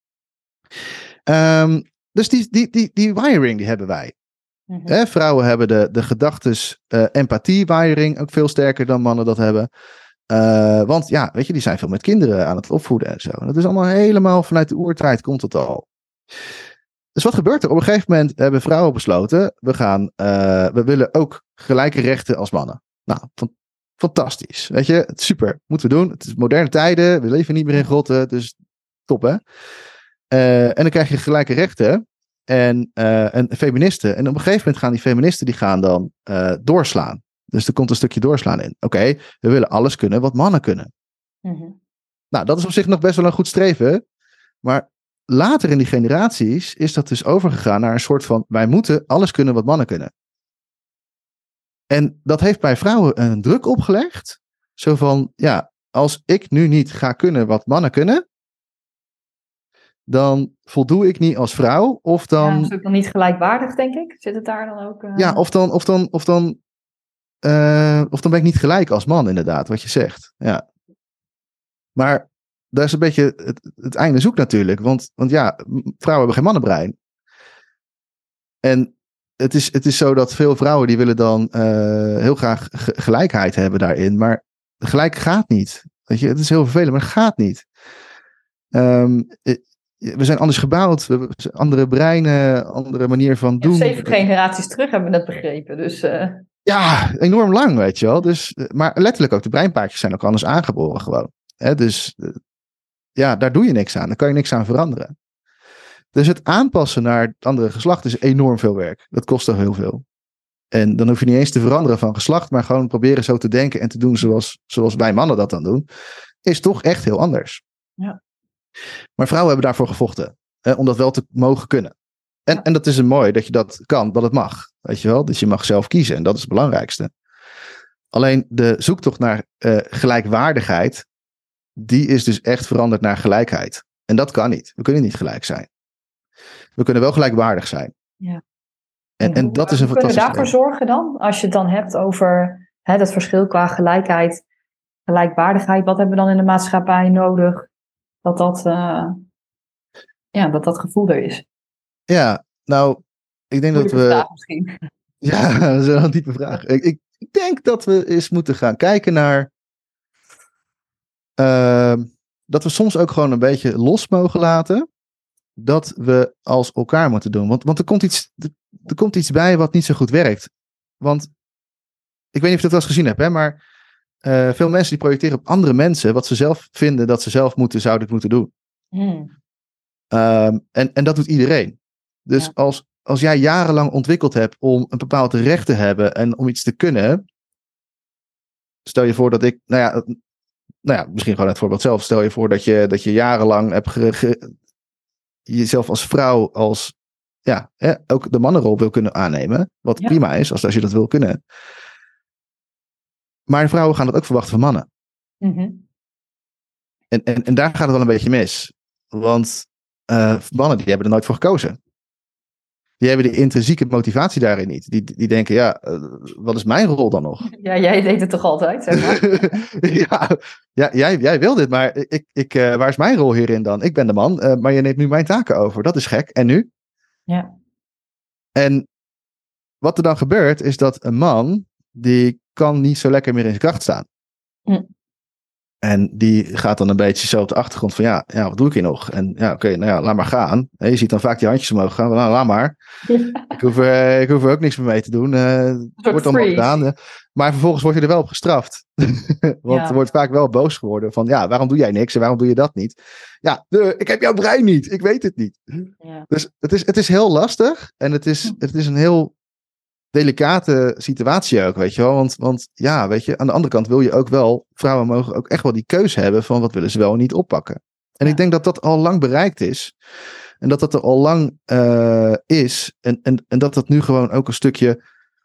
Dus die wiring die hebben wij. Mhm. Vrouwen hebben de gedachtes empathie wiring ook veel sterker dan mannen dat hebben. Want ja, weet je, die zijn veel met kinderen aan het opvoeden en zo. Dat is allemaal helemaal vanuit de oertijd komt het al. Dus wat gebeurt er? Op een gegeven moment hebben vrouwen besloten, we willen ook gelijke rechten als mannen. Nou, fantastisch. Weet je, super. Moeten we doen. Het is moderne tijden. We leven niet meer in grotten. Dus top, hè? En dan krijg je gelijke rechten en feministen. En op een gegeven moment gaan die feministen die gaan dan doorslaan. Dus er komt een stukje doorslaan in. Oké, we willen alles kunnen wat mannen kunnen. Mhm. Nou, dat is op zich nog best wel een goed streven. Maar later in die generaties is dat dus overgegaan naar een soort van, wij moeten alles kunnen wat mannen kunnen. En dat heeft bij vrouwen een druk opgelegd. Zo van, ja, als ik nu niet ga kunnen wat mannen kunnen, dan voldoe ik niet als vrouw. Of dan, Ja, dat is ook dan niet gelijkwaardig, denk ik. Zit het daar dan ook? ja, of dan ben ik niet gelijk als man, inderdaad, wat je zegt. Ja. Maar daar is een beetje het einde zoek natuurlijk. Want ja, vrouwen hebben geen mannenbrein. En het is zo dat veel vrouwen die willen dan heel graag gelijkheid hebben daarin. Maar gelijk gaat niet. Weet je, het is heel vervelend, maar het gaat niet. We zijn anders gebouwd. We hebben andere breinen, andere manier van doen. 7 generaties terug hebben we net begrepen. Dus, ja, enorm lang, weet je wel. Dus, maar letterlijk ook, de breinpaardjes zijn ook anders aangeboren gewoon. Dus ja, daar doe je niks aan. Daar kan je niks aan veranderen. Dus het aanpassen naar het andere geslacht is enorm veel werk. Dat kost toch heel veel. En dan hoef je niet eens te veranderen van geslacht, maar gewoon proberen zo te denken en te doen zoals wij mannen dat dan doen, is toch echt heel anders. Ja. Maar vrouwen hebben daarvoor gevochten, om dat wel te mogen kunnen. En dat is een mooi dat je dat kan, dat het mag. Weet je wel? Dus je mag zelf kiezen en dat is het belangrijkste. Alleen de zoektocht naar gelijkwaardigheid, die is dus echt veranderd naar gelijkheid. En dat kan niet. We kunnen niet gelijk zijn. We kunnen wel gelijkwaardig zijn. Ja. En dat is een hoe kunnen we fantastische daarvoor zorgen dan? Als je het dan hebt over dat verschil qua gelijkheid, gelijkwaardigheid. Wat hebben we dan in de maatschappij nodig? Dat gevoel er is. Ja, nou, ik denk dat we... Vraag misschien. Ja, dat is wel een diepe vraag. Ik denk dat we eens moeten gaan kijken naar... dat we soms ook gewoon een beetje los mogen laten dat we als elkaar moeten doen. Want er komt iets bij wat niet zo goed werkt. Want ik weet niet of je dat wel eens gezien hebt, hè, maar veel mensen die projecteren op andere mensen wat ze zelf vinden dat ze zelf zouden moeten doen. En dat doet iedereen. Dus als jij jarenlang ontwikkeld hebt om een bepaald recht te hebben en om iets te kunnen, stel je voor dat ik, misschien gewoon het voorbeeld zelf, stel je voor dat je jarenlang hebt jezelf als vrouw ook de mannenrol wil kunnen aannemen, wat prima is als je dat wil kunnen. Maar vrouwen gaan dat ook verwachten van mannen. Mm-hmm. En daar gaat het wel een beetje mis. Want mannen die hebben er nooit voor gekozen. Die hebben de intrinsieke motivatie daarin niet. Die denken, wat is mijn rol dan nog? Ja, jij deed het toch altijd, zeg maar. jij wil dit, maar waar is mijn rol hierin dan? Ik ben de man, maar je neemt nu mijn taken over. Dat is gek. En nu? Ja. En wat er dan gebeurt, is dat een man, die kan niet zo lekker meer in zijn kracht staan. En die gaat dan een beetje zo op de achtergrond van, wat doe ik hier nog? En laat maar gaan. En je ziet dan vaak die handjes omhoog gaan. Nou, laat maar. Ik hoef er ook niks meer mee te doen. Het wordt allemaal gedaan. Maar vervolgens word je er wel op gestraft. Want er wordt vaak wel boos geworden van, waarom doe jij niks en waarom doe je dat niet? Ik heb jouw brein niet. Ik weet het niet. Ja. Dus het is heel lastig. En het is een heel delicate situatie ook, weet je wel. Want ja, weet je, aan de andere kant wil je ook wel, vrouwen mogen ook echt wel die keuze hebben van wat willen ze wel en niet oppakken. En ik denk dat dat al lang bereikt is. En dat dat er al lang is. En dat dat nu gewoon ook een stukje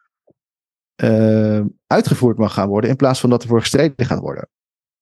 uitgevoerd mag gaan worden, in plaats van dat er voor gestreden gaat worden.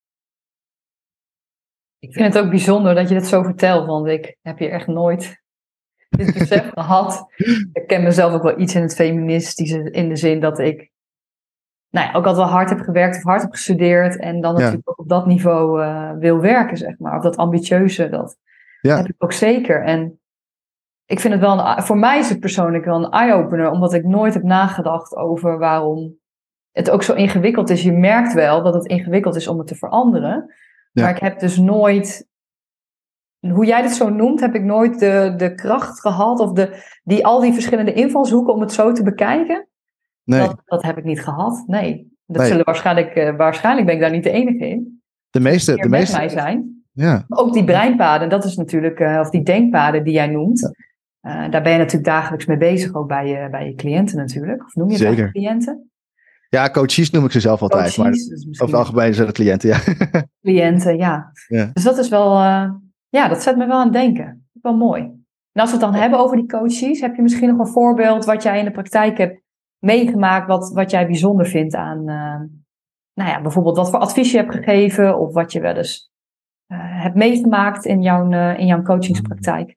Ik vind het ook bijzonder dat je dit zo vertelt, want ik heb hier echt nooit dit besef gehad. Ik ken mezelf ook wel iets in het feministische, in de zin dat ik ook altijd wel hard heb gewerkt of hard heb gestudeerd en dan natuurlijk ook op dat niveau wil werken, zeg maar. Of dat ambitieuze, dat heb ik ook zeker. En ik vind het wel, voor mij is het persoonlijk wel een eye-opener, omdat ik nooit heb nagedacht over waarom het ook zo ingewikkeld is. Je merkt wel dat het ingewikkeld is om het te veranderen. Ja. Maar ik heb dus nooit, hoe jij dit zo noemt, heb ik nooit de kracht gehad of al die verschillende invalshoeken om het zo te bekijken. Nee. Dat heb ik niet gehad, nee. Zullen waarschijnlijk ben ik daar niet de enige in. De meeste met mij zijn. Ja. Ook die breinpaden, dat is natuurlijk, of die denkpaden die jij noemt. Ja. Daar ben je natuurlijk dagelijks mee bezig, ook bij je cliënten natuurlijk. Of noem je het bij cliënten? Ja, coaches noem ik ze zelf altijd. Coaches, maar over het algemeen zijn het cliënten, ja. Cliënten, ja. Dus dat is wel, dat zet me wel aan het denken. Wel mooi. En als we het dan hebben over die coaches, heb je misschien nog een voorbeeld wat jij in de praktijk hebt meegemaakt, wat jij bijzonder vindt aan, bijvoorbeeld wat voor advies je hebt gegeven, of wat je wel eens hebt meegemaakt in jouw coachingspraktijk?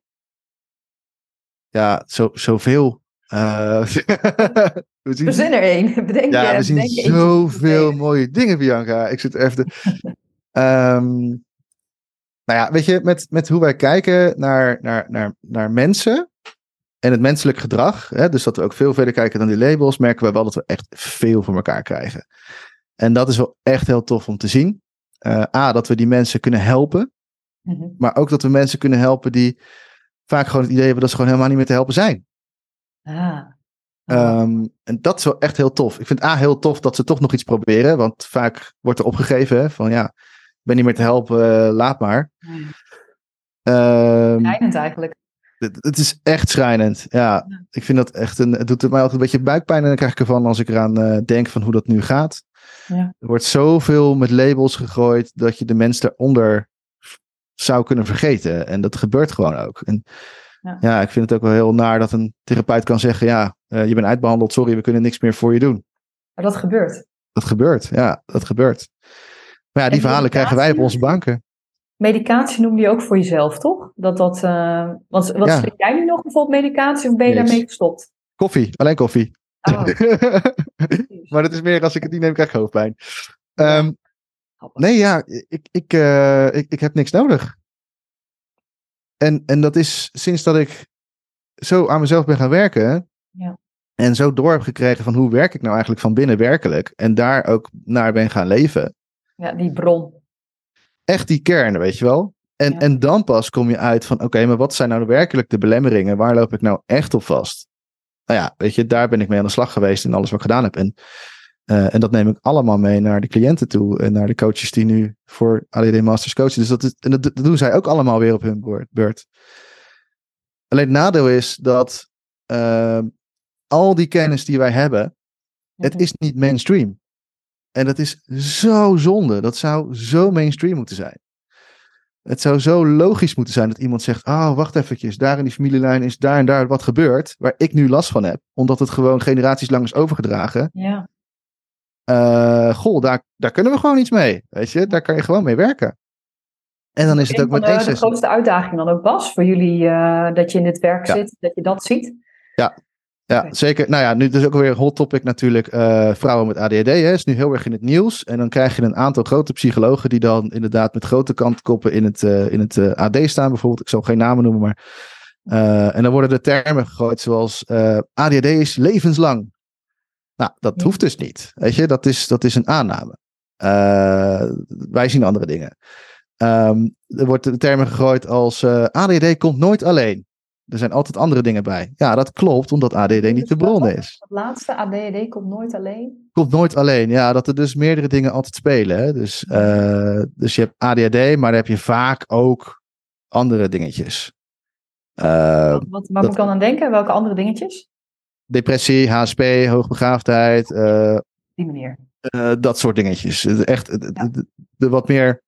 Ja, zoveel. We zien er één. We zien zoveel mooie dingen, Bianca. Ik zit even weet je, met hoe wij kijken naar mensen en het menselijk gedrag, hè, dus dat we ook veel verder kijken dan die labels, merken we wel dat we echt veel voor elkaar krijgen. En dat is wel echt heel tof om te zien. Dat we die mensen kunnen helpen, maar ook dat we mensen kunnen helpen die vaak gewoon het idee hebben dat ze gewoon helemaal niet meer te helpen zijn. En dat is wel echt heel tof. Ik vind heel tof dat ze toch nog iets proberen. Want vaak wordt er opgegeven hè, van ik ben niet meer te helpen, laat maar. Schrijnend eigenlijk. Het is echt schrijnend. Ja, ik vind dat echt het doet mij altijd een beetje buikpijn. En dan krijg ik ervan als ik eraan denk van hoe dat nu gaat. Ja. Er wordt zoveel met labels gegooid dat je de mens daaronder zou kunnen vergeten. En dat gebeurt gewoon ook. En ik vind het ook wel heel naar dat een therapeut kan zeggen, je bent uitbehandeld, sorry, we kunnen niks meer voor je doen. Maar dat gebeurt. Dat gebeurt. Maar ja, die verhalen krijgen wij op onze banken. Medicatie noemde je ook voor jezelf, toch? Want slik jij nu nog bijvoorbeeld medicatie of ben je daarmee gestopt? Koffie, alleen koffie. Oh. Maar dat is meer als ik het niet neem, krijg ik hoofdpijn. Ik heb niks nodig. En dat is sinds dat ik zo aan mezelf ben gaan werken. Ja. En zo door heb gekregen van hoe werk ik nou eigenlijk van binnen werkelijk. En daar ook naar ben gaan leven. Ja, die bron. Echt die kern, weet je wel. En dan pas kom je uit van oké, maar wat zijn nou werkelijk de belemmeringen? Waar loop ik nou echt op vast? Nou ja, weet je, daar ben ik mee aan de slag geweest in alles wat ik gedaan heb. En dat neem ik allemaal mee naar de cliënten toe. En naar de coaches die nu voor ADD Masters coachen. Dus dat doen zij ook allemaal weer op hun beurt. Alleen het nadeel is dat al die kennis die wij hebben, het is niet mainstream. En dat is zo zonde. Dat zou zo mainstream moeten zijn. Het zou zo logisch moeten zijn dat iemand zegt, wacht eventjes, daar in die familielijn is daar en daar wat gebeurd, waar ik nu last van heb. Omdat het gewoon generaties lang is overgedragen. Ja. Daar kunnen we gewoon iets mee. Weet je, daar kan je gewoon mee werken. En dan is het ook met één sessie. De grootste uitdaging dan ook, Bas, voor jullie, dat je in dit werk zit, dat je dat ziet? Ja, zeker. Nou ja, nu is ook alweer een hot topic natuurlijk. Vrouwen met ADHD is nu heel erg in het nieuws. En dan krijg je een aantal grote psychologen die dan inderdaad met grote kantkoppen in het AD staan. Bijvoorbeeld, ik zal geen namen noemen, maar... en dan worden de termen gegooid zoals ADHD is levenslang. Nou, dat hoeft dus niet. Weet je, dat is een aanname. Wij zien andere dingen. Er wordt de termen gegooid als ADHD komt nooit alleen. Er zijn altijd andere dingen bij. Ja, dat klopt, omdat ADHD niet de bron is. Het laatste, ADHD komt nooit alleen? Komt nooit alleen, ja. Dat er dus meerdere dingen altijd spelen. Hè? Dus je hebt ADHD, maar dan heb je vaak ook andere dingetjes. Waar moet ik dan aan denken? Welke andere dingetjes? depressie, HSP, hoogbegaafdheid. Die manier. Dat soort dingetjes. Echt de wat meer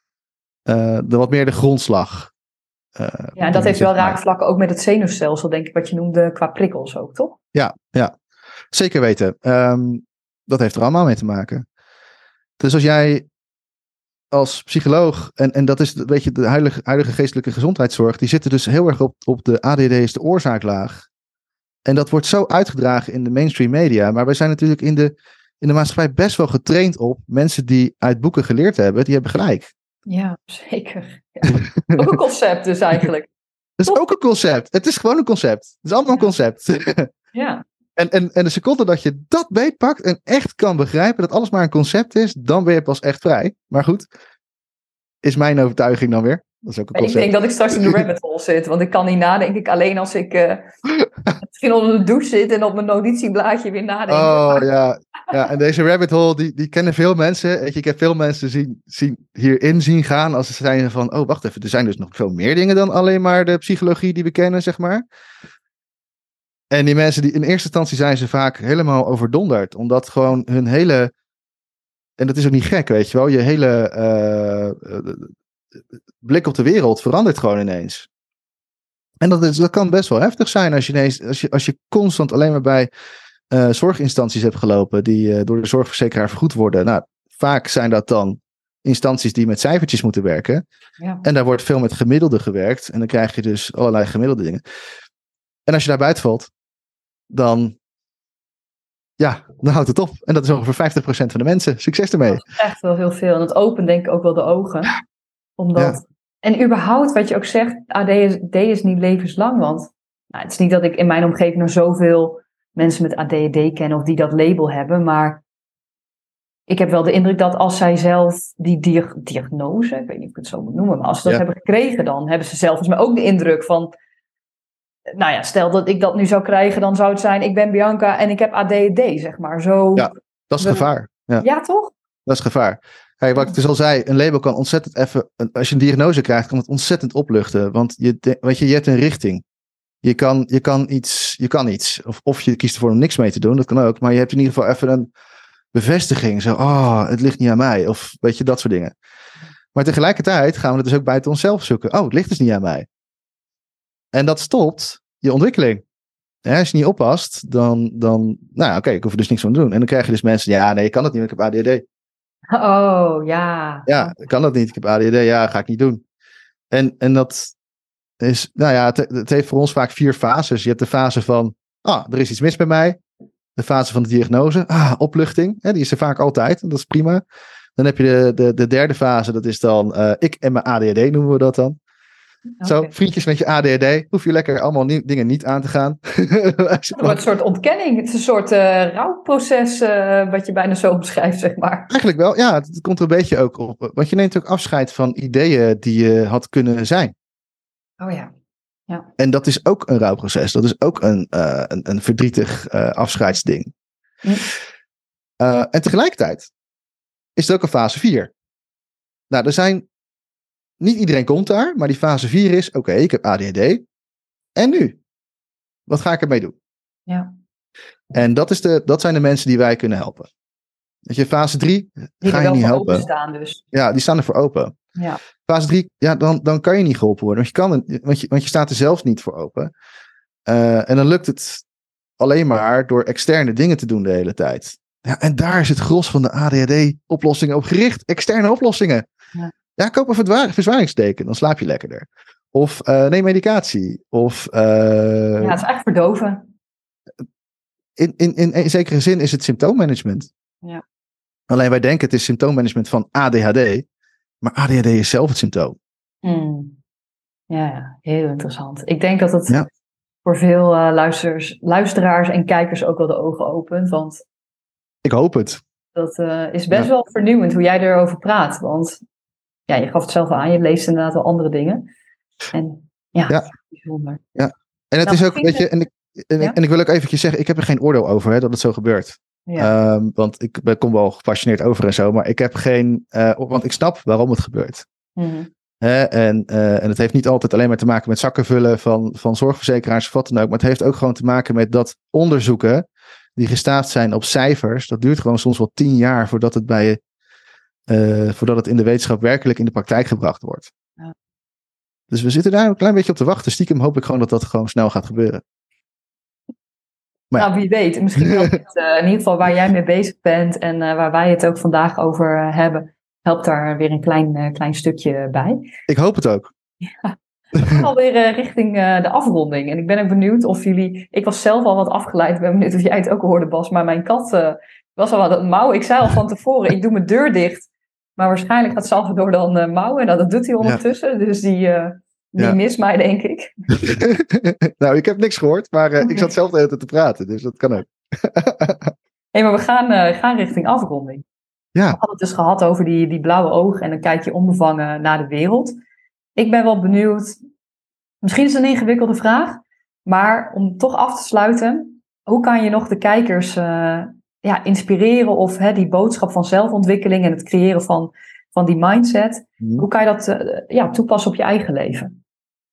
de grondslag. En dat heeft wel raakvlakken ook met het zenuwstelsel, denk ik, wat je noemde qua prikkels ook, toch? Ja, zeker weten. Dat heeft er allemaal mee te maken. Dus als jij als psycholoog, en dat is weet je, de huidige geestelijke gezondheidszorg, die zitten dus heel erg op de ADHD is de oorzaaklaag. En dat wordt zo uitgedragen in de mainstream media. Maar wij zijn natuurlijk in de maatschappij best wel getraind op mensen die uit boeken geleerd hebben, die hebben gelijk. Ja, zeker. Ja. Ook een concept dus eigenlijk. Dat is ook een concept. Het is gewoon een concept. Het is allemaal een concept. Ja. En de seconde dat je dat beetpakt en echt kan begrijpen dat alles maar een concept is, dan ben je pas echt vrij. Maar goed, is mijn overtuiging dan weer. Dat is ook een concept. Ik denk dat ik straks in de rabbit hole zit, want ik kan niet nadenken alleen als ik misschien onder de douche zit en op mijn notitieblaadje weer nadenk. Oh ja, en deze rabbit hole, die kennen veel mensen. Weet je, ik heb veel mensen hierin zien gaan als ze zijn van, oh wacht even, er zijn dus nog veel meer dingen dan alleen maar de psychologie die we kennen, zeg maar. En die mensen, in eerste instantie zijn ze vaak helemaal overdonderd. Omdat gewoon hun hele... En dat is ook niet gek, weet je wel. Je hele blik op de wereld verandert gewoon ineens. En dat kan best wel heftig zijn als je constant alleen maar bij zorginstanties hebt gelopen die door de zorgverzekeraar vergoed worden. Nou, vaak zijn dat dan instanties die met cijfertjes moeten werken. Ja. En daar wordt veel met gemiddelde gewerkt. En dan krijg je dus allerlei gemiddelde dingen. En als je daar buiten valt, dan houdt het op. En dat is ongeveer 50% van de mensen. Succes ermee. Dat is echt wel heel veel. En het opent denk ik ook wel de ogen. Omdat... Ja. En überhaupt, wat je ook zegt, ADHD is niet levenslang. Want het is niet dat ik in mijn omgeving nog zoveel mensen met ADHD ken of die dat label hebben. Maar ik heb wel de indruk dat als zij zelf die diagnose, ik weet niet of ik het zo moet noemen, maar als ze dat hebben gekregen, dan hebben ze zelf volgens mij ook de indruk van, nou ja, stel dat ik dat nu zou krijgen, dan zou het zijn, ik ben Bianca en ik heb ADHD, zeg maar. Zo, ja, dat is gevaar. Ja, toch? Dat is gevaar. Hey, wat ik dus al zei, een label kan ontzettend even, als je een diagnose krijgt, kan het ontzettend opluchten. Want je hebt een richting. Je kan iets. Of je kiest ervoor om niks mee te doen, dat kan ook. Maar je hebt in ieder geval even een bevestiging. Zo, het ligt niet aan mij. Of weet je, dat soort dingen. Maar tegelijkertijd gaan we het dus ook buiten onszelf zoeken. Het ligt dus niet aan mij. En dat stopt je ontwikkeling. Ja, als je niet oppast, dan ik hoef er dus niks aan te doen. En dan krijg je dus mensen, ik kan het niet, ik heb ADHD. Oh, ja. Ja, ik kan dat niet, ik heb ADHD, ga ik niet doen. En dat is, het heeft voor ons vaak 4 fases. Je hebt de fase van, er is iets mis bij mij. De fase van de diagnose, opluchting. Die is er vaak altijd, en dat is prima. Dan heb je de derde fase, dat is dan ik en mijn ADHD noemen we dat dan. Okay. Zo, vriendjes met je ADHD, hoef je lekker allemaal dingen niet aan te gaan. Een soort ontkenning, het is een soort rouwproces wat je bijna zo omschrijft, zeg maar. Eigenlijk wel, ja, het komt er een beetje ook op. Want je neemt ook afscheid van ideeën die je had kunnen zijn. Oh ja. Ja. En dat is ook een rouwproces, dat is ook een verdrietig afscheidsding. En tegelijkertijd is het ook een fase 4. Nou, er zijn... Niet iedereen komt daar, maar die fase 4 is, oké, ik heb ADHD. En nu? Wat ga ik ermee doen? Ja. En dat zijn de mensen die wij kunnen helpen. Weet je, fase 3 ga je niet helpen. Staan dus. Ja, die staan er voor open. Ja. Fase 3, dan kan je niet geholpen worden. Want je staat er zelf niet voor open. En dan lukt het alleen maar door externe dingen te doen de hele tijd. Ja, en daar is het gros van de ADHD-oplossingen op gericht. Externe oplossingen. Ja, koop een verzwaringsteken, dan slaap je lekkerder. Of neem medicatie. Of, het is echt verdoven. In zekere zin is het symptoommanagement. Ja. Alleen wij denken het is symptoommanagement van ADHD. Maar ADHD is zelf het symptoom. Ja, heel interessant. Ik denk dat het voor veel luisteraars en kijkers ook wel de ogen opent. Want ik hoop het. Dat is best wel vernieuwend hoe jij erover praat. Want... Ja, je gaf het zelf aan, je leest inderdaad wel andere dingen. En bijzonder. Ja, en het is ook, weet je, en ik wil ook eventjes zeggen, ik heb er geen oordeel over dat het zo gebeurt. Ja. Want ik kom wel gepassioneerd over en zo, maar ik heb geen, want ik snap waarom het gebeurt. Mm-hmm. En het heeft niet altijd alleen maar te maken met zakken vullen van zorgverzekeraars of wat dan ook. Maar het heeft ook gewoon te maken met dat onderzoeken die gestaafd zijn op cijfers. Dat duurt gewoon soms wel 10 jaar voordat het voordat het in de wetenschap werkelijk in de praktijk gebracht wordt. Ja. Dus we zitten daar een klein beetje op te wachten. Stiekem hoop ik gewoon dat gewoon snel gaat gebeuren. Maar nou, wie weet. Misschien helpt het, in ieder geval waar jij mee bezig bent en waar wij het ook vandaag over hebben, helpt daar weer een klein stukje bij. Ik hoop het ook. Ja. We gaan alweer richting de afronding. En ik ben ook benieuwd of jullie... Ik was zelf al wat afgeleid. Ik ben benieuwd of jij het ook hoorde, Bas. Maar mijn kat was al wat mouw. Ik zei al van tevoren, ik doe mijn deur dicht. Maar waarschijnlijk gaat Salvador dan mouwen. Nou, dat doet hij ondertussen. Ja. Dus die mist mij, denk ik. Nou, ik heb niks gehoord. Maar ik zat zelf de hele tijd te praten. Dus dat kan ook. Hey, maar we gaan richting afronding. Ja. We hadden het dus gehad over die blauwe ogen. En dan kijk je onbevangen naar de wereld. Ik ben wel benieuwd. Misschien is het een ingewikkelde vraag. Maar om toch af te sluiten. Hoe kan je nog de kijkers inspireren? Of die boodschap van zelfontwikkeling. En het creëren van die mindset. Hoe kan je dat toepassen op je eigen leven?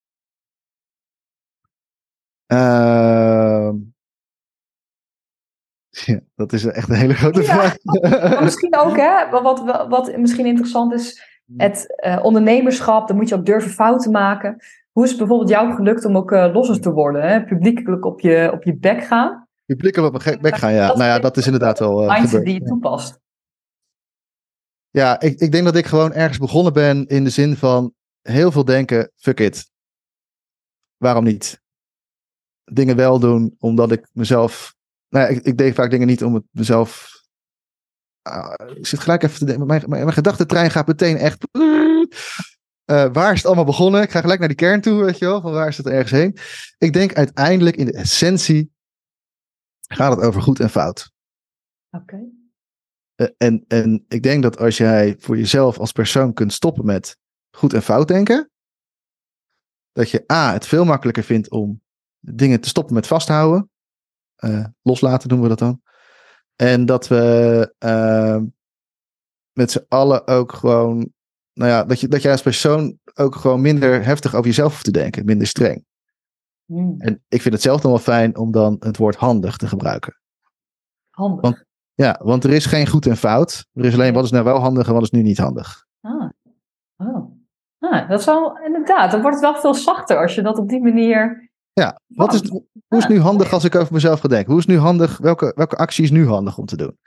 Ja, dat is echt een hele grote vraag. Maar misschien ook, wat misschien interessant is. Het ondernemerschap, dan moet je ook durven fouten maken. Hoe is het bijvoorbeeld jou gelukt om ook losser te worden? Hè? Publiekelijk op je bek gaan. Publiekelijk op mijn bek gaan, ja. Dat is inderdaad wel mindset die je toepast. Ja, ik denk dat ik gewoon ergens begonnen ben in de zin van heel veel denken, fuck it. Waarom niet? Dingen wel doen, omdat ik mezelf... ik deed vaak dingen niet om het mezelf... ik zit gelijk even te denken. Mijn gedachtentrein gaat meteen echt... waar is het allemaal begonnen? Ik ga gelijk naar die kern toe, weet je wel. Van waar is het ergens heen? Ik denk uiteindelijk in de essentie gaat het over goed en fout. Oké. En ik denk dat als jij voor jezelf als persoon kunt stoppen met goed en fout denken, dat je het veel makkelijker vindt om dingen te stoppen met vasthouden. Loslaten doen we dat dan. En dat we met z'n allen ook gewoon, dat jij als persoon ook gewoon minder heftig over jezelf hoeft te denken, minder streng. En ik vind het zelf dan wel fijn om dan het woord handig te gebruiken. Handig? Want er is geen goed en fout. Er is alleen wat is nou wel handig en wat is nu niet handig. Dat is wel, inderdaad, dan wordt het wel veel zachter als je dat op die manier... Ja, hoe is het nu handig als ik over mezelf ga denken? Hoe is het nu handig, welke actie is nu handig om te doen?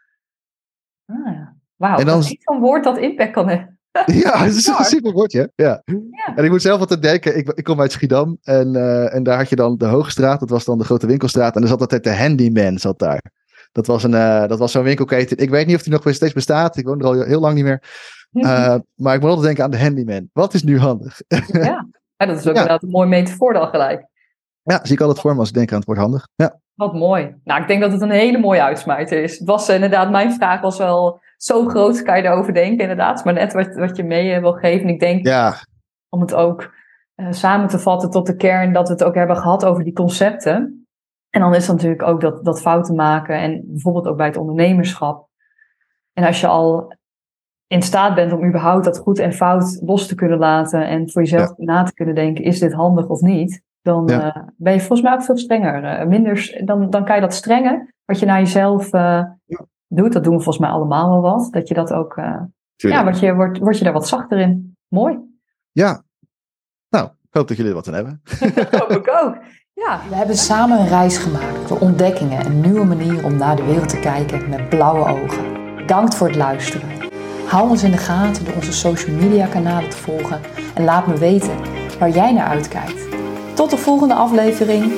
Wauw, dat is zo'n woord dat impact kan hebben. Ja, het is een simpel woordje. Ja. En ik moet zelf altijd denken, ik kom uit Schiedam en daar had je dan de Hoogstraat, dat was dan de grote winkelstraat en er zat altijd de Handyman zat daar. Dat was zo'n winkelketen. Ik weet niet of die nog steeds bestaat, ik woon er al heel lang niet meer. Maar ik moet altijd denken aan de Handyman. Wat is nu handig? Ja, dat is ook inderdaad een mooi metafoor dan gelijk. Ja, zie ik altijd voor me als ik denk aan het woord handig. Ja. Wat mooi. Nou, ik denk dat het een hele mooie uitsmijter is. Het was inderdaad, mijn vraag was wel zo groot, kan je erover denken inderdaad. Maar net wat je mee wil geven. Ik denk, om het ook samen te vatten tot de kern, dat we het ook hebben gehad over die concepten. En dan is het natuurlijk ook dat fouten maken. En bijvoorbeeld ook bij het ondernemerschap. En als je al in staat bent om überhaupt dat goed en fout los te kunnen laten. En voor jezelf na te kunnen denken, is dit handig of niet? Dan ben je volgens mij ook veel strenger. Dan kan je dat strenge, wat je naar jezelf doet. Dat doen we volgens mij allemaal wel wat. Dat je dat ook... word je daar wat zachter in. Mooi. Ja. Nou, ik hoop dat jullie er wat aan hebben. Dat hoop ik ook. Ja. We hebben samen een reis gemaakt door ontdekkingen en nieuwe manieren om naar de wereld te kijken met blauwe ogen. Bedankt voor het luisteren. Hou ons in de gaten door onze social media kanalen te volgen en laat me weten waar jij naar uitkijkt. Tot de volgende aflevering.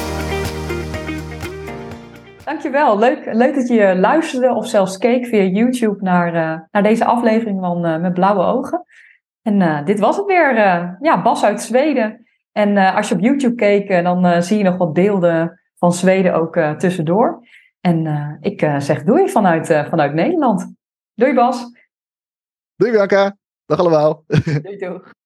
Dankjewel. Leuk dat je luisterde of zelfs keek via YouTube naar deze aflevering van Met Blauwe Ogen. En dit was het weer. Bas uit Zweden. En als je op YouTube keek, dan zie je nog wat beelden van Zweden ook tussendoor. En ik zeg doei vanuit Nederland. Doei Bas. Doei Bianca. Dag allemaal. Doei doei.